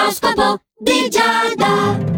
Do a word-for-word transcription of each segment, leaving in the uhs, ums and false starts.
L'oroscopo di Giada.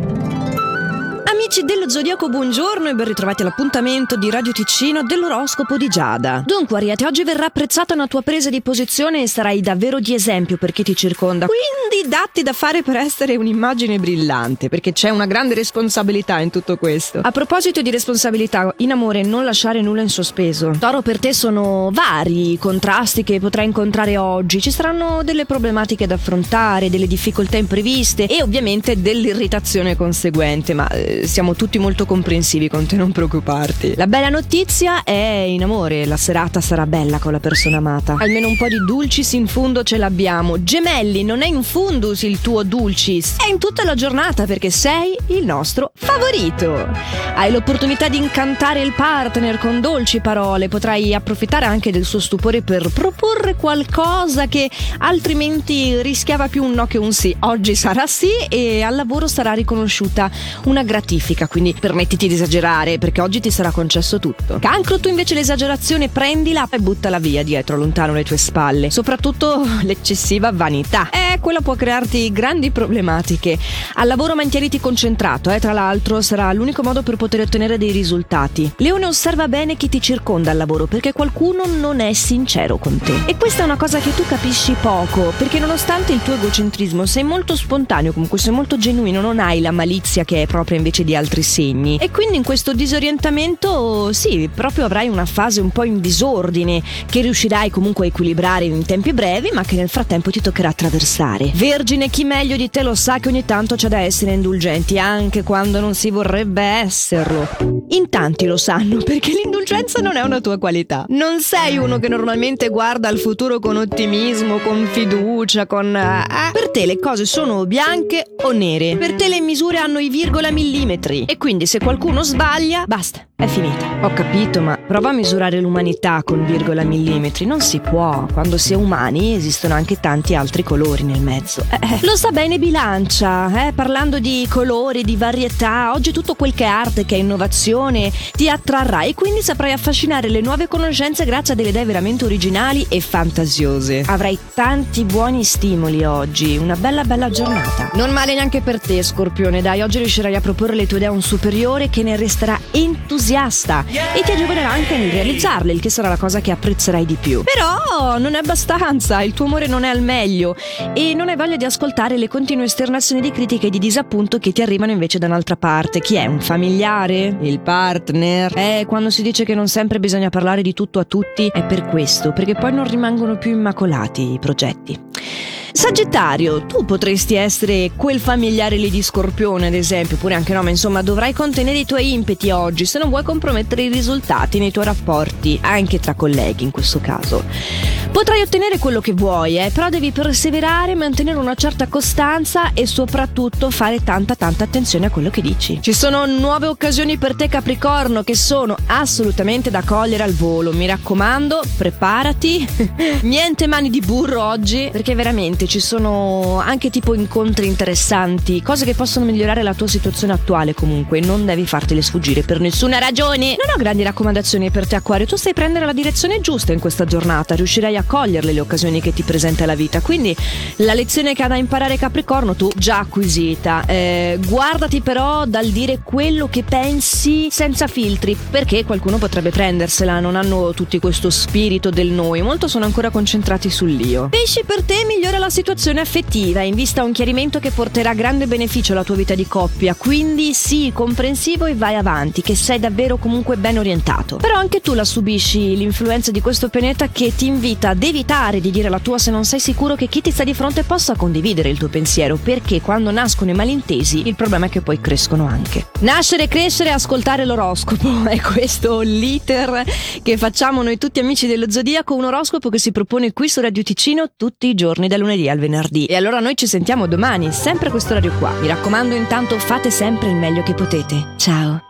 Amici dello Zodiaco, buongiorno e ben ritrovati all'appuntamento di Radio Ticino dell'oroscopo di Giada. Dunque, Ariete, oggi verrà apprezzata una tua presa di posizione e sarai davvero di esempio per chi ti circonda. Quindi datti da fare per essere un'immagine brillante, perché c'è una grande responsabilità in tutto questo. A proposito di responsabilità, in amore non lasciare nulla in sospeso. Toro, per te sono vari i contrasti che potrai incontrare oggi. Ci saranno delle problematiche da affrontare, delle difficoltà impreviste e ovviamente dell'irritazione conseguente, ma eh, siamo tutti molto comprensivi con te, non preoccuparti. La bella notizia è in amore, la serata sarà bella con la persona amata. Almeno un po' di dulcis in fundo ce l'abbiamo. Gemelli, non è in fundus il tuo dulcis, è in tutta la giornata perché sei il nostro favorito. Hai l'opportunità di incantare il partner con dolci parole, potrai approfittare anche del suo stupore per proporre qualcosa che altrimenti rischiava più un no che un sì. Oggi sarà sì e al lavoro sarà riconosciuta una gratifica, quindi permettiti di esagerare perché oggi ti sarà concesso tutto. Cancro, tu invece l'esagerazione prendila e buttala via dietro, lontano le tue spalle, soprattutto l'eccessiva vanità. Eh, quella può crearti grandi problematiche. Al lavoro mantieniti concentrato, eh, tra l'altro sarà l'unico modo per poter ottenere dei risultati. Leone, osserva bene chi ti circonda al lavoro perché qualcuno non è sincero con te. E questa è una cosa che tu capisci poco, perché nonostante il tuo egocentrismo sei molto spontaneo, comunque sei molto genuino, non hai la malizia che è propria invece di altri segni. E quindi in questo disorientamento sì, proprio avrai una fase un po' in disordine che riuscirai comunque a equilibrare in tempi brevi, ma che nel frattempo ti toccherà attraversare. Vergine, chi meglio di te lo sa che ogni tanto c'è da essere indulgenti anche quando non si vorrebbe esserlo. In tanti lo sanno perché l'indulgenza non è una tua qualità. Non sei uno che normalmente guarda al futuro con ottimismo, con fiducia, con... Eh, per te le cose sono bianche o nere. Per te le misure hanno i virgola millimetri. E quindi se qualcuno sbaglia, basta, è finita. Ho capito, ma prova a misurare l'umanità con virgola millimetri. Non si può. Quando si è umani esistono anche tanti altri colori nel mezzo. Eh, eh. Lo sa bene Bilancia, eh? Parlando di colori, di varietà, oggi tutto quel che è arte, che è innovazione, ti attrarrà e quindi saprai affascinare le nuove conoscenze grazie a delle idee veramente originali e fantasiose. Avrai tanti buoni stimoli oggi, una bella bella giornata. Non male neanche per te, Scorpione, dai, oggi riuscirai a proporre le tue idee a un superiore che ne resterà entusiasta e ti agevolerà anche nel realizzarle, il che sarà la cosa che apprezzerai di più. Però non è abbastanza, il tuo umore non è al meglio e non hai voglia di ascoltare le continue esternazioni di critiche e di disappunto che ti arrivano invece da un'altra parte. Chi è? Un familiare? Il partner? Eh, quando si dice che non sempre bisogna parlare di tutto a tutti è per questo, perché poi non rimangono più immacolati i progetti. Sagittario, tu potresti essere quel familiare lì di Scorpione, ad esempio, oppure anche no, ma insomma dovrai contenere i tuoi impeti oggi se non vuoi compromettere i risultati nei tuoi rapporti, anche tra colleghi in questo caso. Potrai ottenere quello che vuoi, eh, però devi perseverare, mantenere una certa costanza e soprattutto fare tanta tanta attenzione a quello che dici. Ci sono nuove occasioni per te, Capricorno, che sono assolutamente da cogliere al volo. Mi raccomando, preparati. Niente mani di burro oggi, perché veramente ci sono anche tipo incontri interessanti, cose che possono migliorare la tua situazione attuale. Comunque non devi fartele sfuggire per nessuna ragione. Non ho grandi raccomandazioni per te, Acquario, tu stai prendere la direzione giusta in questa giornata, riuscirai a coglierle le occasioni che ti presenta la vita, quindi la lezione che ha da imparare Capricorno tu già acquisita. Eh, guardati però dal dire quello che pensi senza filtri, perché qualcuno potrebbe prendersela, non hanno tutti questo spirito del noi, molto sono ancora concentrati sull'io. Pesci, per te migliora la situazione affettiva in vista a un chiarimento che porterà grande beneficio alla tua vita di coppia, quindi sii comprensivo e vai avanti, che sei davvero comunque ben orientato. Però anche tu la subisci l'influenza di questo pianeta che ti invita ad evitare di dire la tua se non sei sicuro che chi ti sta di fronte possa condividere il tuo pensiero, perché quando nascono i malintesi il problema è che poi crescono anche. Nascere, crescere, ascoltare l'oroscopo è questo l'iter che facciamo noi tutti amici dello Zodiaco, un oroscopo che si propone qui su Radio Ticino tutti i giorni dal lunedì al venerdì. E allora noi ci sentiamo domani sempre a quest'orario qua. Mi raccomando, intanto fate sempre il meglio che potete. Ciao.